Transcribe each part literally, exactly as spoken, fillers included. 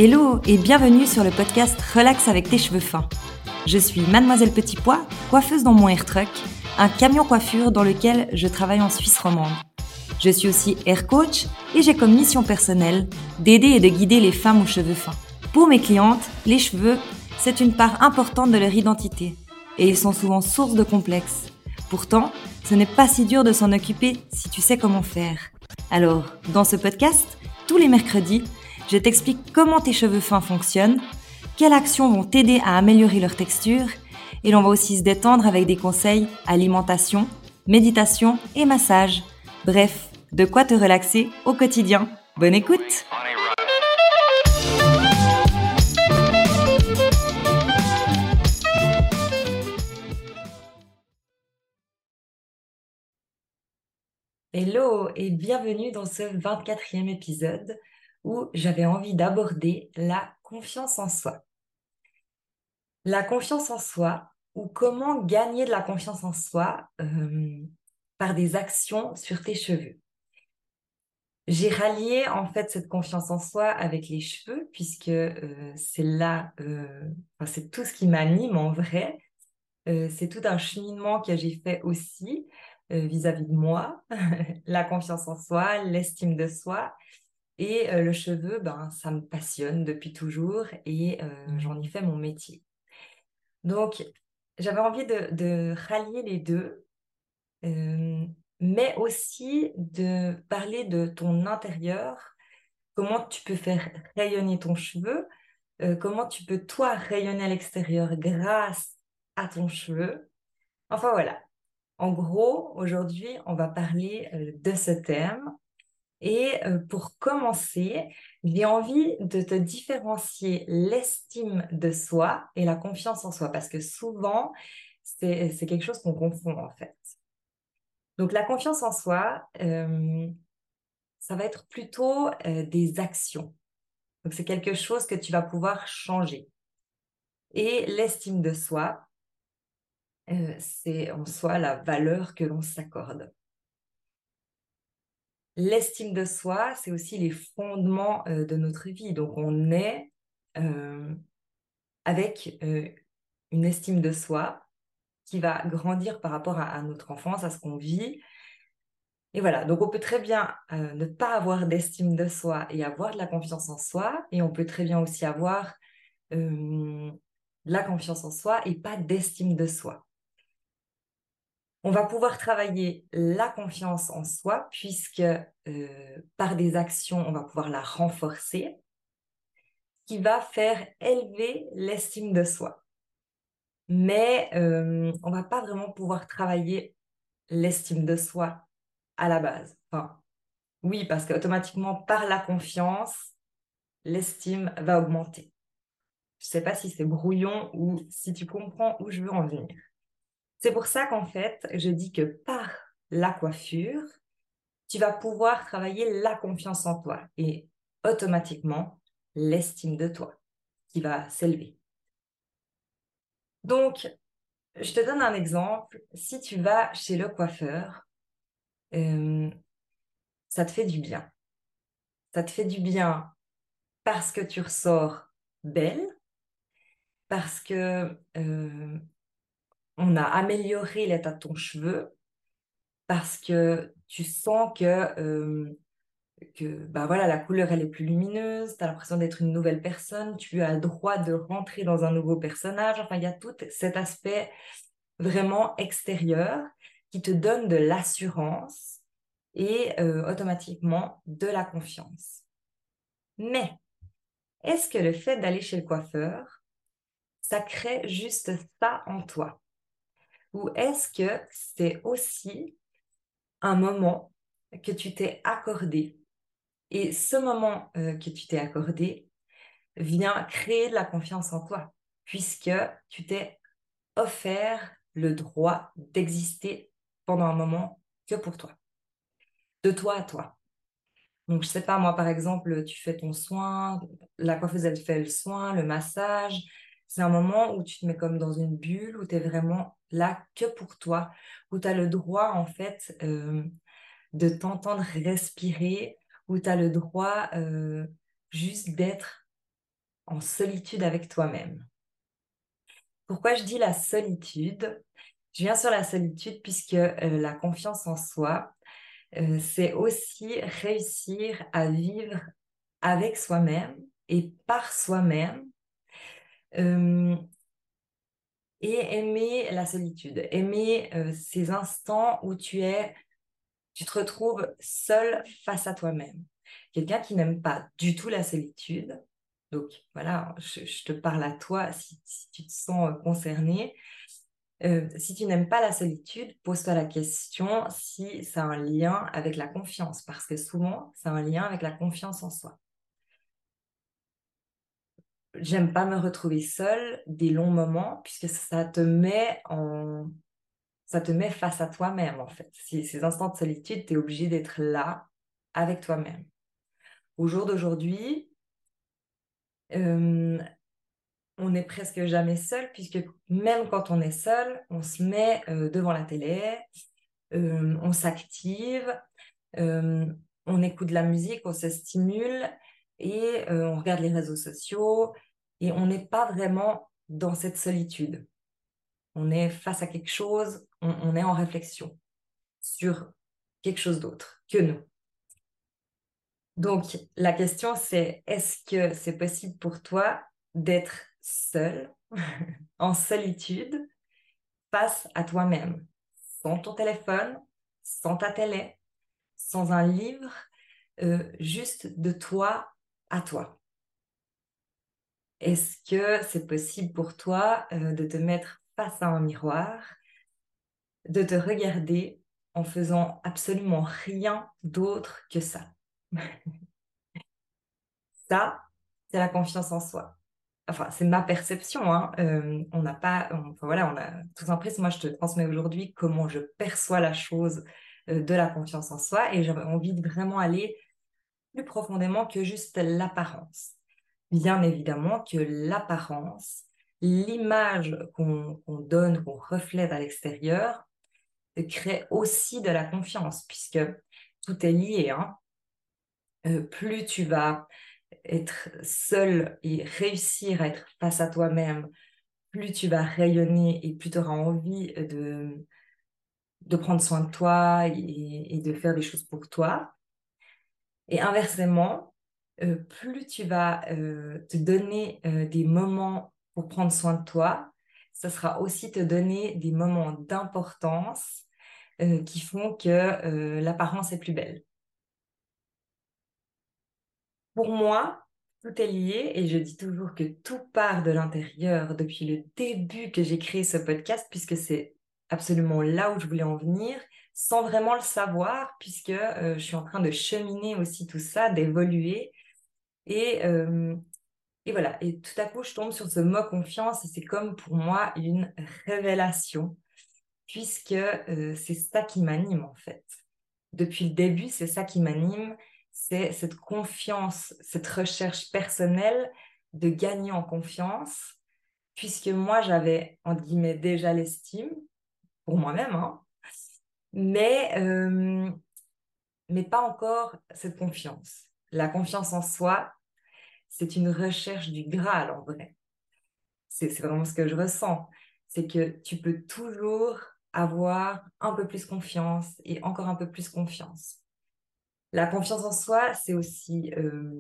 Hello et bienvenue sur le podcast Relax avec tes cheveux fins. Je suis Mademoiselle Petit Pois, coiffeuse dans mon air truck, un camion coiffure dans lequel je travaille en Suisse romande. Je suis aussi hair coach et j'ai comme mission personnelle d'aider et de guider les femmes aux cheveux fins. Pour mes clientes, les cheveux, c'est une part importante de leur identité et ils sont souvent source de complexes. Pourtant, ce n'est pas si dur de s'en occuper si tu sais comment faire. Alors, dans ce podcast, tous les mercredis, je t'explique comment tes cheveux fins fonctionnent, quelles actions vont t'aider à améliorer leur texture, et l'on va aussi se détendre avec des conseils alimentation, méditation et massage. Bref, de quoi te relaxer au quotidien. Bonne écoute! Hello et bienvenue dans ce vingt-quatrième épisode où j'avais envie d'aborder la confiance en soi. La confiance en soi ou comment gagner de la confiance en soi euh, par des actions sur tes cheveux. J'ai rallié en fait cette confiance en soi avec les cheveux puisque euh, c'est là, euh, enfin, c'est tout ce qui m'anime en vrai. Euh, c'est tout un cheminement que j'ai fait aussi euh, vis-à-vis de moi, la confiance en soi, l'estime de soi. Et euh, le cheveu, ben, ça me passionne depuis toujours et euh, j'en ai fait mon métier. Donc, j'avais envie de, de rallier les deux, euh, mais aussi de parler de ton intérieur, comment tu peux faire rayonner ton cheveu, euh, comment tu peux toi rayonner à l'extérieur grâce à ton cheveu. Enfin voilà. En gros, aujourd'hui, on va parler euh, de ce thème. Et euh, pour commencer, j'ai envie de te différencier l'estime de soi et la confiance en soi, parce que souvent, c'est, c'est quelque chose qu'on confond en fait. Donc la confiance en soi, euh, ça va être plutôt euh, des actions. Donc c'est quelque chose que tu vas pouvoir changer. Et l'estime de soi, euh, c'est en soi la valeur que l'on s'accorde. L'estime de soi, c'est aussi les fondements euh, de notre vie. Donc, on est euh, avec euh, une estime de soi qui va grandir par rapport à, à notre enfance, à ce qu'on vit. Et voilà, donc on peut très bien euh, ne pas avoir d'estime de soi et avoir de la confiance en soi. Et on peut très bien aussi avoir euh, de la confiance en soi et pas d'estime de soi. On va pouvoir travailler la confiance en soi puisque euh, par des actions, on va pouvoir la renforcer, qui va faire élever l'estime de soi. Mais euh, on ne va pas vraiment pouvoir travailler l'estime de soi à la base. Enfin, oui, parce qu'automatiquement, par la confiance, l'estime va augmenter. Je ne sais pas si c'est brouillon ou si tu comprends où je veux en venir. C'est pour ça qu'en fait, je dis que par la coiffure, tu vas pouvoir travailler la confiance en toi et automatiquement l'estime de toi qui va s'élever. Donc, je te donne un exemple. Si tu vas chez le coiffeur, euh, ça te fait du bien. Ça te fait du bien parce que tu ressors belle, parce que euh, on a amélioré l'état de ton cheveu, parce que tu sens que euh, que bah voilà, la couleur elle est plus lumineuse, tu as l'impression d'être une nouvelle personne, tu as le droit de rentrer dans un nouveau personnage. Enfin, il y a tout cet aspect vraiment extérieur qui te donne de l'assurance et euh, automatiquement de la confiance. Mais est-ce que le fait d'aller chez le coiffeur, ça crée juste ça en toi? Ou est-ce que c'est aussi un moment que tu t'es accordé? Et ce moment euh, que tu t'es accordé vient créer de la confiance en toi, puisque tu t'es offert le droit d'exister pendant un moment que pour toi, de toi à toi. Donc, je sais pas, moi, par exemple, tu fais ton soin, la coiffeuse, elle fait le soin, le massage. C'est un moment où tu te mets comme dans une bulle, où tu es vraiment là que pour toi, où tu as le droit, en fait, euh, de t'entendre respirer, où tu as le droit euh, juste d'être en solitude avec toi-même. Pourquoi je dis la solitude? Je viens sur la solitude puisque euh, la confiance en soi, euh, c'est aussi réussir à vivre avec soi-même et par soi-même euh, et aimer la solitude, aimer euh, ces instants où tu es, tu te retrouves seul face à toi-même. Quelqu'un qui n'aime pas du tout la solitude, donc voilà, je, je te parle à toi si, si tu te sens euh, concerné. Euh, si tu n'aimes pas la solitude, pose-toi la question si ça a un lien avec la confiance, parce que souvent, ça a un lien avec la confiance en soi. J'aime pas me retrouver seule des longs moments, puisque ça te met en, ça te met face à toi-même, en fait. Ces, ces instants de solitude, tu es obligé d'être là avec toi-même. Au jour d'aujourd'hui, euh, on n'est presque jamais seul, puisque même quand on est seul, on se met euh, devant la télé, euh, on s'active, euh, on écoute de la musique, on se stimule et euh, on regarde les réseaux sociaux et on n'est pas vraiment dans cette solitude. On est face à quelque chose, on, on est en réflexion sur quelque chose d'autre que nous. Donc, la question, c'est est-ce que c'est possible pour toi d'être seul, en solitude, face à toi-même, sans ton téléphone, sans ta télé, sans un livre, euh, juste de toi à toi? Est-ce que c'est possible pour toi euh, de te mettre face à un miroir, de te regarder en faisant absolument rien d'autre que ça? Ça, c'est la confiance en soi. Enfin, c'est ma perception, hein. Euh, on n'a pas, on- enfin voilà, on a tout un prise. Moi, je te transmets aujourd'hui comment je perçois la chose euh, de la confiance en soi, et j'avais envie de vraiment aller plus profondément que juste l'apparence. Bien évidemment que l'apparence, l'image qu'on qu'on donne, qu'on reflète à l'extérieur, euh, crée aussi de la confiance, puisque tout est lié, hein. Euh, plus tu vas être seul et réussir à être face à toi-même, plus tu vas rayonner et plus tu auras envie de, de prendre soin de toi et, et de faire des choses pour toi. Et inversement, euh, plus tu vas euh, te donner euh, des moments pour prendre soin de toi, ça sera aussi te donner des moments d'importance euh, qui font que euh, l'apparence est plus belle. Pour moi, tout est lié et je dis toujours que tout part de l'intérieur depuis le début que j'ai créé ce podcast, puisque c'est absolument là où je voulais en venir, sans vraiment le savoir, puisque euh, je suis en train de cheminer aussi tout ça, d'évoluer. Et, euh, et voilà, et tout à coup, je tombe sur ce mot confiance et c'est comme pour moi une révélation, puisque euh, c'est ça qui m'anime en fait. Depuis le début, c'est ça qui m'anime, c'est cette confiance, cette recherche personnelle de gagner en confiance, puisque moi, j'avais, entre guillemets, déjà l'estime, pour moi-même, hein, mais, euh, mais pas encore cette confiance. La confiance en soi, c'est une recherche du Graal en vrai. C'est c'est vraiment ce que je ressens. C'est que tu peux toujours avoir un peu plus confiance et encore un peu plus confiance. La confiance en soi, c'est aussi euh,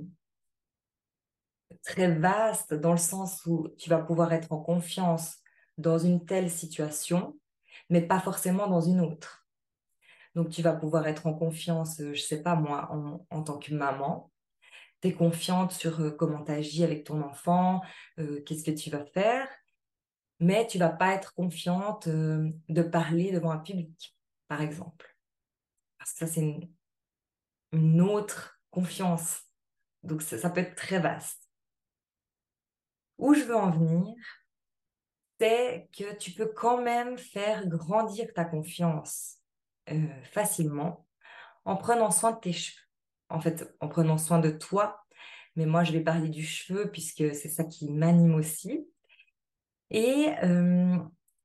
très vaste dans le sens où tu vas pouvoir être en confiance dans une telle situation, mais pas forcément dans une autre. Donc, tu vas pouvoir être en confiance, euh, je sais pas moi, en, en tant que maman. Tu es confiante sur euh, comment tu agis avec ton enfant, euh, qu'est-ce que tu vas faire, mais tu vas pas être confiante euh, de parler devant un public, par exemple. Parce que ça, c'est une, une autre confiance. Donc, ça, ça peut être très vaste. Où je veux en venir, c'est que tu peux quand même faire grandir ta confiance euh, facilement en prenant soin de tes cheveux. En fait, en prenant soin de toi. Mais moi, je vais parler du cheveu puisque c'est ça qui m'anime aussi. Et, euh,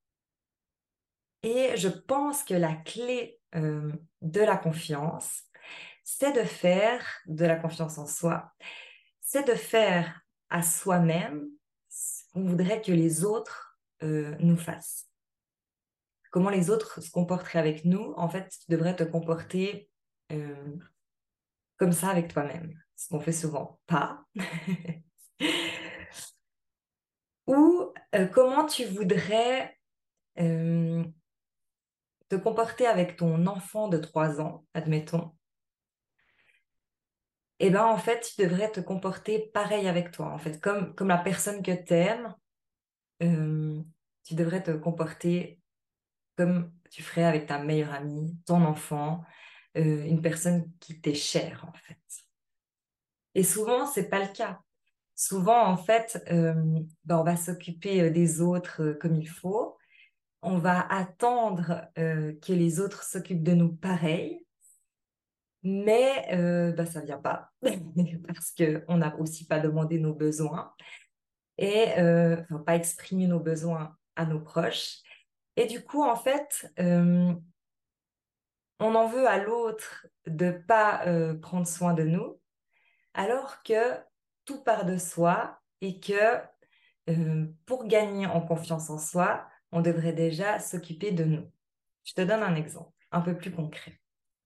et je pense que la clé euh, de la confiance, c'est de faire de la confiance en soi, c'est de faire à soi-même ce qu'on voudrait que les autres euh, nous fassent. Comment les autres se comporteraient avec nous, en fait, tu devrais te comporter euh, comme ça avec toi-même, ce qu'on fait souvent pas. Ou euh, comment tu voudrais euh, te comporter avec ton enfant de trois ans, admettons. Eh ben, en fait, tu devrais te comporter pareil avec toi. En fait, comme, comme la personne que tu aimes, tu devrais te comporter comme tu ferais avec ta meilleure amie, ton enfant, euh, une personne qui t'est chère, en fait. Et souvent, c'est pas le cas. Souvent, en fait, euh, ben, on va s'occuper euh, des autres euh, comme il faut. On va attendre euh, que les autres s'occupent de nous pareil, mais euh, ben, ça vient pas parce que on n'a aussi pas demandé nos besoins et euh, enfin, pas exprimé nos besoins à nos proches. Et du coup, en fait, euh, on en veut à l'autre de pas euh, prendre soin de nous, alors que tout part de soi et que euh, pour gagner en confiance en soi, on devrait déjà s'occuper de nous. Je te donne un exemple un peu plus concret.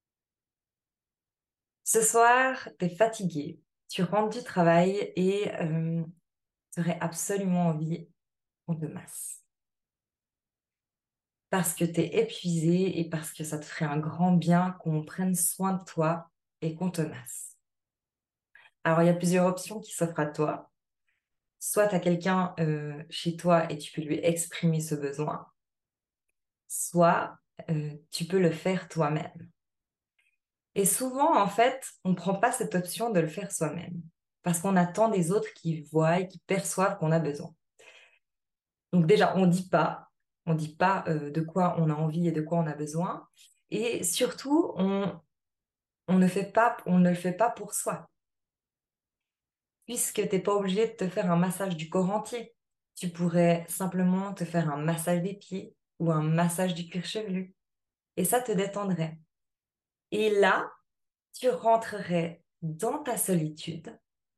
Ce soir, tu es fatigué, tu rentres du travail et tu aurais absolument envie qu'on te masse. Parce que tu es épuisé et parce que ça te ferait un grand bien qu'on prenne soin de toi et qu'on te masse. Alors, il y a plusieurs options qui s'offrent à toi. Soit tu as quelqu'un euh, chez toi et tu peux lui exprimer ce besoin, soit euh, tu peux le faire toi-même. Et souvent, en fait, on ne prend pas cette option de le faire soi-même parce qu'on attend des autres qui voient et qui perçoivent qu'on a besoin. Donc déjà, on dit pas, on dit pas euh, de quoi on a envie et de quoi on a besoin. Et surtout, on, on ne fait pas, on ne le fait pas pour soi, puisque t'es pas obligé de te faire un massage du corps entier. Tu pourrais simplement te faire un massage des pieds ou un massage du cuir chevelu, et ça te détendrait. Et là, tu rentrerais dans ta solitude.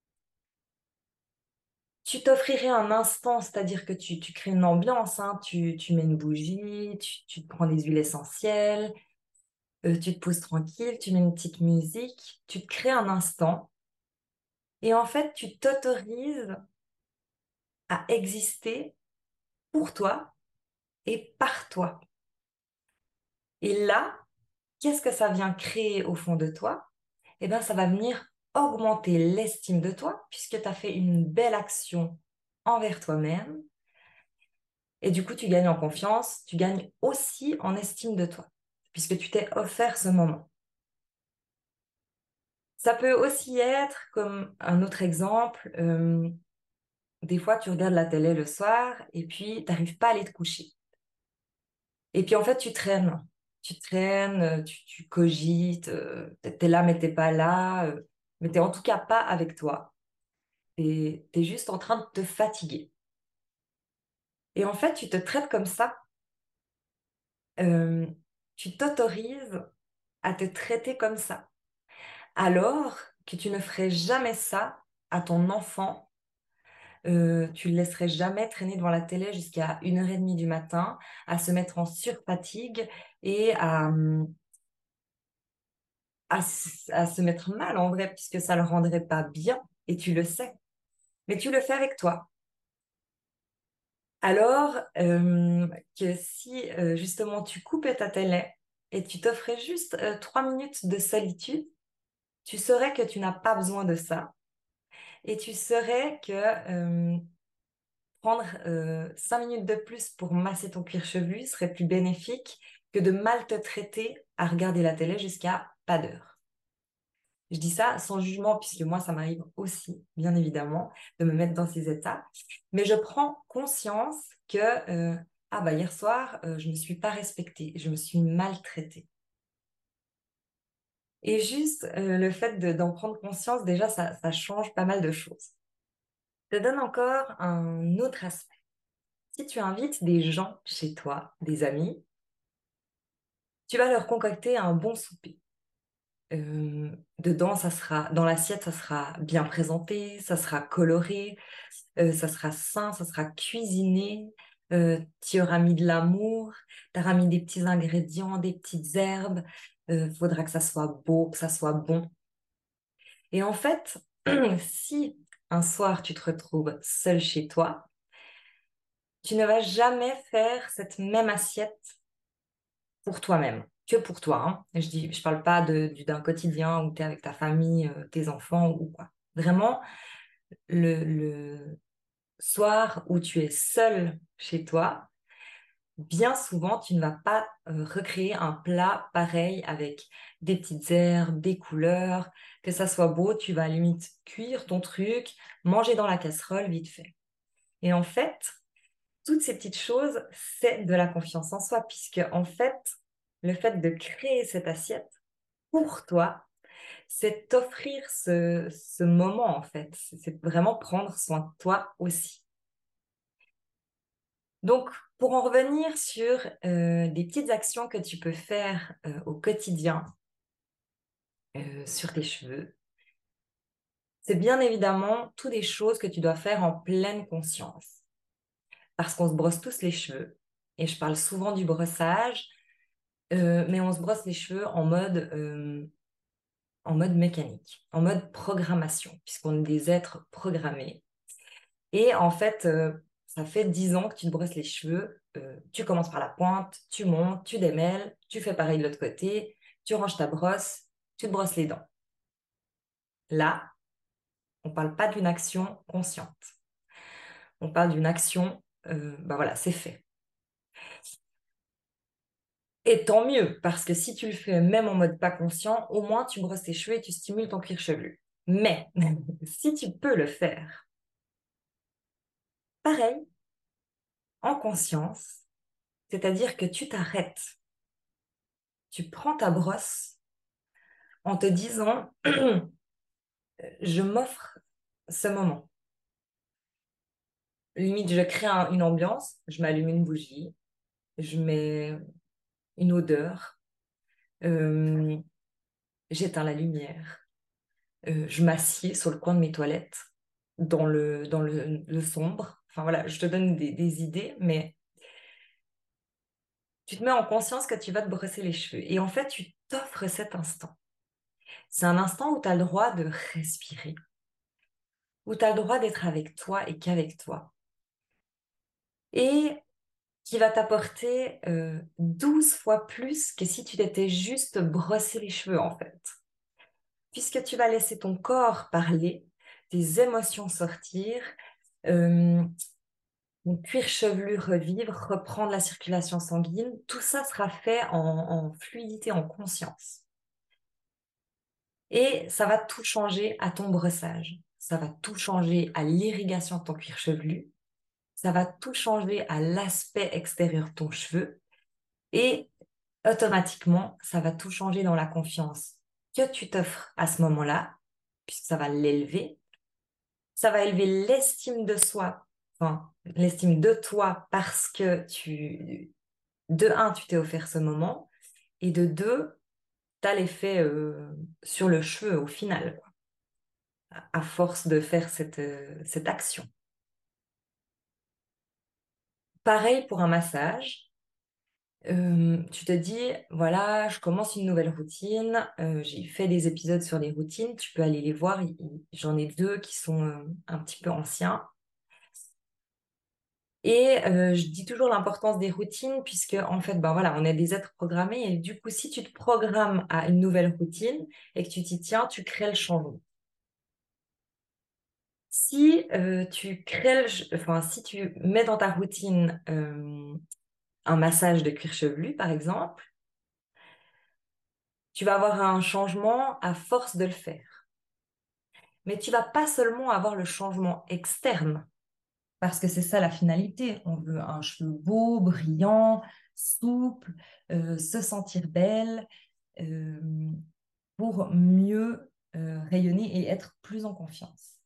Tu t'offrirais un instant, c'est-à-dire que tu, tu crées une ambiance, hein, tu, tu mets une bougie, tu, tu te prends des huiles essentielles, euh, tu te poses tranquille, tu mets une petite musique, tu te crées un instant et en fait, tu t'autorises à exister pour toi et par toi. Et là, qu'est-ce que ça vient créer au fond de toi? Eh bien, ça va venir augmenter l'estime de toi puisque tu as fait une belle action envers toi-même et du coup, tu gagnes en confiance, tu gagnes aussi en estime de toi puisque tu t'es offert ce moment. Ça peut aussi être, comme un autre exemple, euh, des fois, tu regardes la télé le soir et puis tu n'arrives pas à aller te coucher. Et puis en fait, tu traînes. Tu traînes, euh, tu, tu cogites, euh, t'es t'es là mais t'es pas là, euh, mais t'es en tout cas pas avec toi. Et t'es juste en train de te fatiguer. Et en fait, tu te traites comme ça. euh, Tu t'autorises à te traiter comme ça. Alors que tu ne ferais jamais ça à ton enfant. Euh, tu le laisserais jamais traîner devant la télé jusqu'à une heure et demie du matin, à se mettre en surfatigue et à, à, s- à se mettre mal en vrai, puisque ça le rendrait pas bien, et tu le sais. Mais tu le fais avec toi. Alors euh, que si euh, justement tu coupais ta télé et tu t'offrais juste euh, trois minutes de solitude, tu saurais que tu n'as pas besoin de ça. Et tu saurais que euh, prendre euh, cinq minutes de plus pour masser ton cuir chevelu serait plus bénéfique que de mal te traiter à regarder la télé jusqu'à pas d'heure. Je dis ça sans jugement, puisque moi, ça m'arrive aussi, bien évidemment, de me mettre dans ces états. Mais je prends conscience que, euh, ah bah hier soir, euh, je me suis pas respectée, je me suis maltraitée. Et juste euh, le fait de- d'en prendre conscience, déjà, ça, ça change pas mal de choses. Je te donne encore un autre aspect. Si tu invites des gens chez toi, des amis, tu vas leur concocter un bon souper. Euh, dedans, ça sera, dans l'assiette, ça sera bien présenté, ça sera coloré, euh, ça sera sain, ça sera cuisiné. Euh, tu auras mis de l'amour, tu auras mis des petits ingrédients, des petites herbes. Il faudra que ça soit beau, que ça soit bon. Et en fait, si un soir tu te retrouves seul chez toi, tu ne vas jamais faire cette même assiette pour toi-même, que pour toi, hein. Je dis, je parle pas de, du- d'un quotidien où tu es avec ta famille, euh, tes enfants ou quoi. Vraiment, le, le soir où tu es seul chez toi, bien souvent, tu ne vas pas euh, recréer un plat pareil avec des petites herbes, des couleurs, que ça soit beau, tu vas à la limite cuire ton truc, manger dans la casserole vite fait. Et en fait, toutes ces petites choses, c'est de la confiance en soi, puisque en fait, le fait de créer cette assiette pour toi, c'est t'offrir ce, ce moment, en fait. C'est c'est vraiment prendre soin de toi aussi. Donc, pour en revenir sur euh, des petites actions que tu peux faire euh, au quotidien euh, sur tes cheveux, c'est bien évidemment toutes des choses que tu dois faire en pleine conscience. Parce qu'on se brosse tous les cheveux. Et je parle souvent du brossage, euh, mais on se brosse les cheveux en mode, euh, en mode mécanique, en mode programmation, puisqu'on est des êtres programmés. Et en fait, euh, ça fait dix ans que tu te brosses les cheveux. Euh, tu commences par la pointe, tu montes, tu démêles, tu fais pareil de l'autre côté, tu ranges ta brosse, tu te brosses les dents. Là, on ne parle pas d'une action consciente. On parle d'une action, euh, bah voilà, c'est fait. Et tant mieux, parce que si tu le fais même en mode pas conscient, au moins tu brosses tes cheveux et tu stimules ton cuir chevelu. Mais si tu peux le faire, pareil, en conscience, c'est-à-dire que tu t'arrêtes, tu prends ta brosse en te disant, je m'offre ce moment. Limite, je crée un- une ambiance, je m'allume une bougie, je mets une odeur, euh, j'éteins la lumière, euh, je m'assieds sur le coin de mes toilettes, dans le, dans le, le sombre. Enfin voilà, je te donne des, des idées, mais tu te mets en conscience que tu vas te brosser les cheveux. Et en fait, tu t'offres cet instant. C'est un instant où tu as le droit de respirer, où tu as le droit d'être avec toi et qu'avec toi. Et qui va t'apporter euh, douze fois plus que si tu t'étais juste brossé les cheveux, en fait. Puisque tu vas laisser ton corps parler, tes émotions sortir, euh, ton cuir chevelu revivre, reprendre la circulation sanguine. Tout ça sera fait en, en fluidité, en conscience. Et ça va tout changer à ton brossage. Ça va tout changer à l'irrigation de ton cuir chevelu. Ça va tout changer à l'aspect extérieur de ton cheveu. Et automatiquement, ça va tout changer dans la confiance que tu t'offres à ce moment-là, puisque ça va l'élever. Ça va élever l'estime de soi, enfin, l'estime de toi parce que tu, de un, tu t'es offert ce moment, et de deux, tu as l'effet euh, sur le cheveu au final, quoi, à force de faire cette, euh, cette action. Pareil pour un massage. Euh, tu te dis, voilà, je commence une nouvelle routine. Euh, j'ai fait des épisodes sur les routines. Tu peux aller les voir. Il- il- J'en ai deux qui sont euh, un petit peu anciens. Et euh, je dis toujours l'importance des routines puisque, en fait, ben voilà, on est des êtres programmés. Et du coup, si tu te programmes à une nouvelle routine et que tu t'y tiens, tu crées le changement. Si euh, tu crées le ch- enfin, si tu mets dans ta routine euh, un massage de cuir chevelu, par exemple, tu vas avoir un changement à force de le faire. Mais tu vas pas seulement avoir le changement externe, parce que c'est ça la finalité. On veut un cheveu beau, brillant, souple, euh, se sentir belle, euh, pour mieux euh, rayonner et être plus en confiance.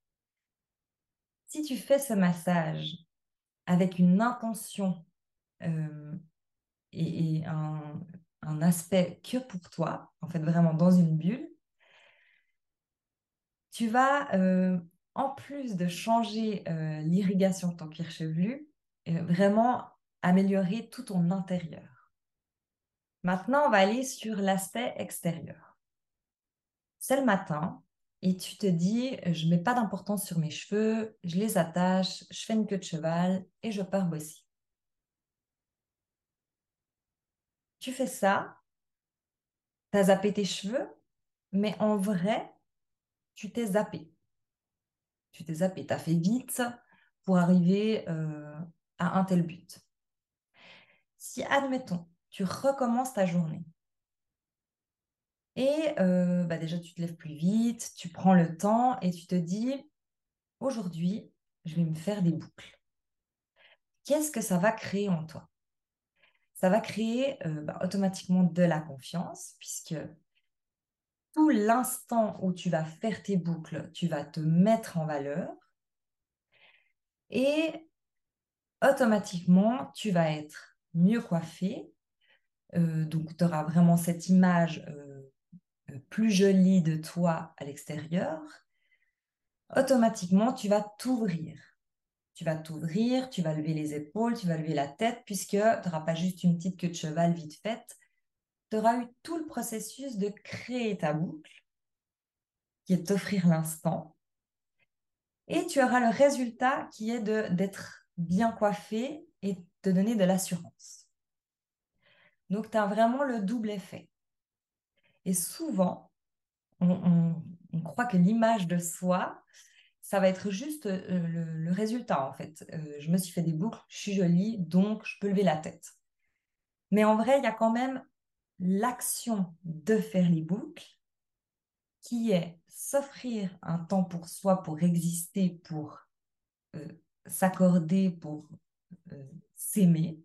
Si tu fais ce massage avec une intention euh, et, et un, un un aspect que pour toi, en fait vraiment dans une bulle, tu vas, euh, en plus de changer euh, l'irrigation de ton cuir chevelu, euh, vraiment améliorer tout ton intérieur. Maintenant, on va aller sur l'aspect extérieur. C'est le matin et tu te dis, je mets pas d'importance sur mes cheveux, je les attache, je fais une queue de cheval et je pars bosser. Tu fais ça, tu as zappé tes cheveux, mais en vrai, tu t'es zappé. Tu t'es zappé, tu as fait vite pour arriver euh, à un tel but. Si, admettons, tu recommences ta journée et euh, bah déjà tu te lèves plus vite, tu prends le temps et tu te dis, aujourd'hui, je vais me faire des boucles. Qu'est-ce que ça va créer en toi? Ça va créer euh, bah, automatiquement de la confiance, puisque tout l'instant où tu vas faire tes boucles, tu vas te mettre en valeur et automatiquement, tu vas être mieux coiffé. Euh, donc, tu auras vraiment cette image euh, euh, plus jolie de toi à l'extérieur. Automatiquement, tu vas t'ouvrir. Tu vas t'ouvrir, tu vas lever les épaules, tu vas lever la tête, puisque tu n'auras pas juste une petite queue de cheval vite faite. Tu auras eu tout le processus de créer ta boucle, qui est de t'offrir l'instant. Et tu auras le résultat qui est de d'être bien coiffé et de te donner de l'assurance. Donc, tu as vraiment le double effet. Et souvent, on, on- on croit que l'image de soi, ça va être juste euh, le, le résultat, en fait. Euh, je me suis fait des boucles, je suis jolie, donc je peux lever la tête. Mais en vrai, il y a quand même l'action de faire les boucles qui est s'offrir un temps pour soi, pour exister, pour euh, s'accorder, pour euh, s'aimer.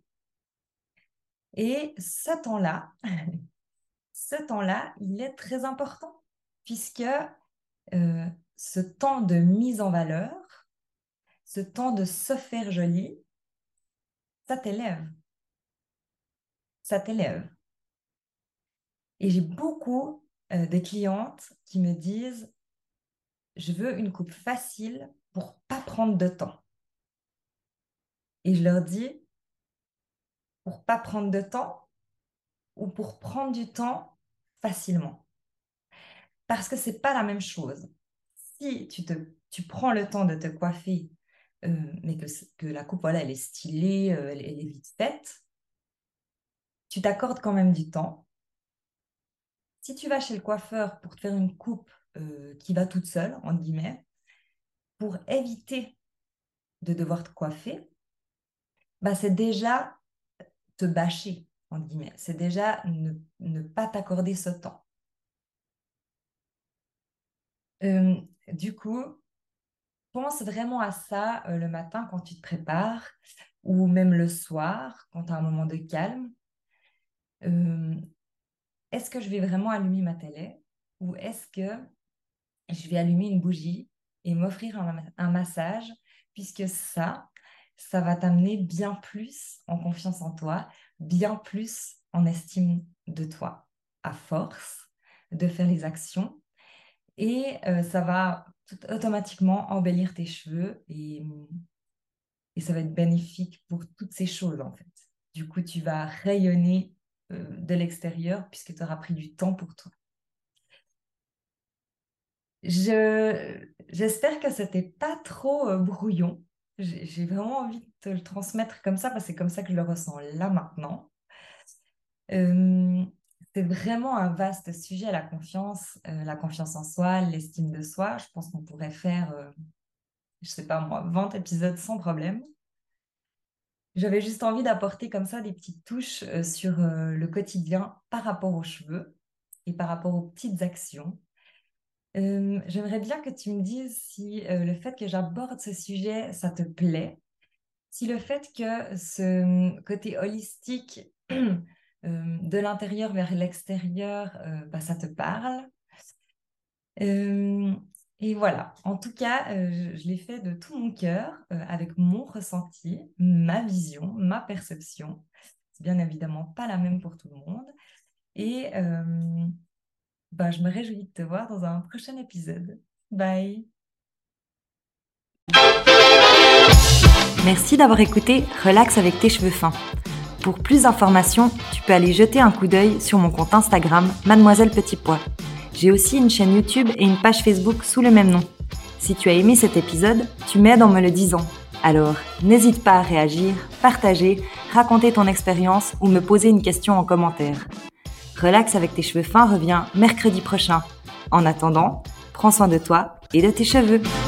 Et ce temps-là, ce temps-là, il est très important puisque euh, ce temps de mise en valeur, ce temps de se faire joli, ça t'élève, ça t'élève. Et j'ai beaucoup euh, de clientes qui me disent, je veux une coupe facile pour pas prendre de temps. Et je leur dis, pour pas prendre de temps ou pour prendre du temps facilement. Parce que c'est pas la même chose. Si tu te, tu prends le temps de te coiffer, euh, mais que, que la coupe, voilà, elle est stylée, euh, elle, elle est vite faite, tu t'accordes quand même du temps. Si tu vas chez le coiffeur pour te faire une coupe euh, qui va toute seule, entre guillemets, pour éviter de devoir te coiffer, bah c'est déjà te bâcher, entre guillemets. C'est déjà ne, ne pas t'accorder ce temps. Euh, du coup, pense vraiment à ça euh, le matin quand tu te prépares ou même le soir quand tu as un moment de calme. Euh, est-ce que je vais vraiment allumer ma télé ou est-ce que je vais allumer une bougie et m'offrir un, un massage puisque ça, ça va t'amener bien plus en confiance en toi, bien plus en estime de toi, à force de faire les actions et euh, ça va tout- automatiquement embellir tes cheveux et Et ça va être bénéfique pour toutes ces choses, en fait. Du coup, tu vas rayonner euh, de l'extérieur puisque tu auras pris du temps pour toi. Je, j'espère que c'était pas trop euh, brouillon. J'ai j'ai vraiment envie de te le transmettre comme ça parce que c'est comme ça que je le ressens là maintenant. Euh, c'est vraiment un vaste sujet, la confiance, euh, la confiance en soi, l'estime de soi. Je pense qu'on pourrait faire, euh, je sais pas moi, vingt épisodes sans problème. J'avais juste envie d'apporter comme ça des petites touches euh, sur euh, le quotidien par rapport aux cheveux et par rapport aux petites actions. Euh, j'aimerais bien que tu me dises si euh, le fait que j'aborde ce sujet, ça te plaît, si le fait que ce côté holistique euh, de l'intérieur vers l'extérieur, euh, bah, ça te parle. Euh, et voilà, en tout cas, euh, je, je l'ai fait de tout mon cœur, euh, avec mon ressenti, ma vision, ma perception. C'est bien évidemment pas la même pour tout le monde. Et euh, bah, je me réjouis de te voir dans un prochain épisode. Bye! Merci d'avoir écouté Relax avec tes cheveux fins. Pour plus d'informations, tu peux aller jeter un coup d'œil sur mon compte Instagram Mademoiselle Petit Pois. J'ai aussi une chaîne YouTube et une page Facebook sous le même nom. Si tu as aimé cet épisode, tu m'aides en me le disant. Alors, n'hésite pas à réagir, partager, raconter ton expérience ou me poser une question en commentaire. Relax avec tes cheveux fins revient mercredi prochain. En attendant, prends soin de toi et de tes cheveux.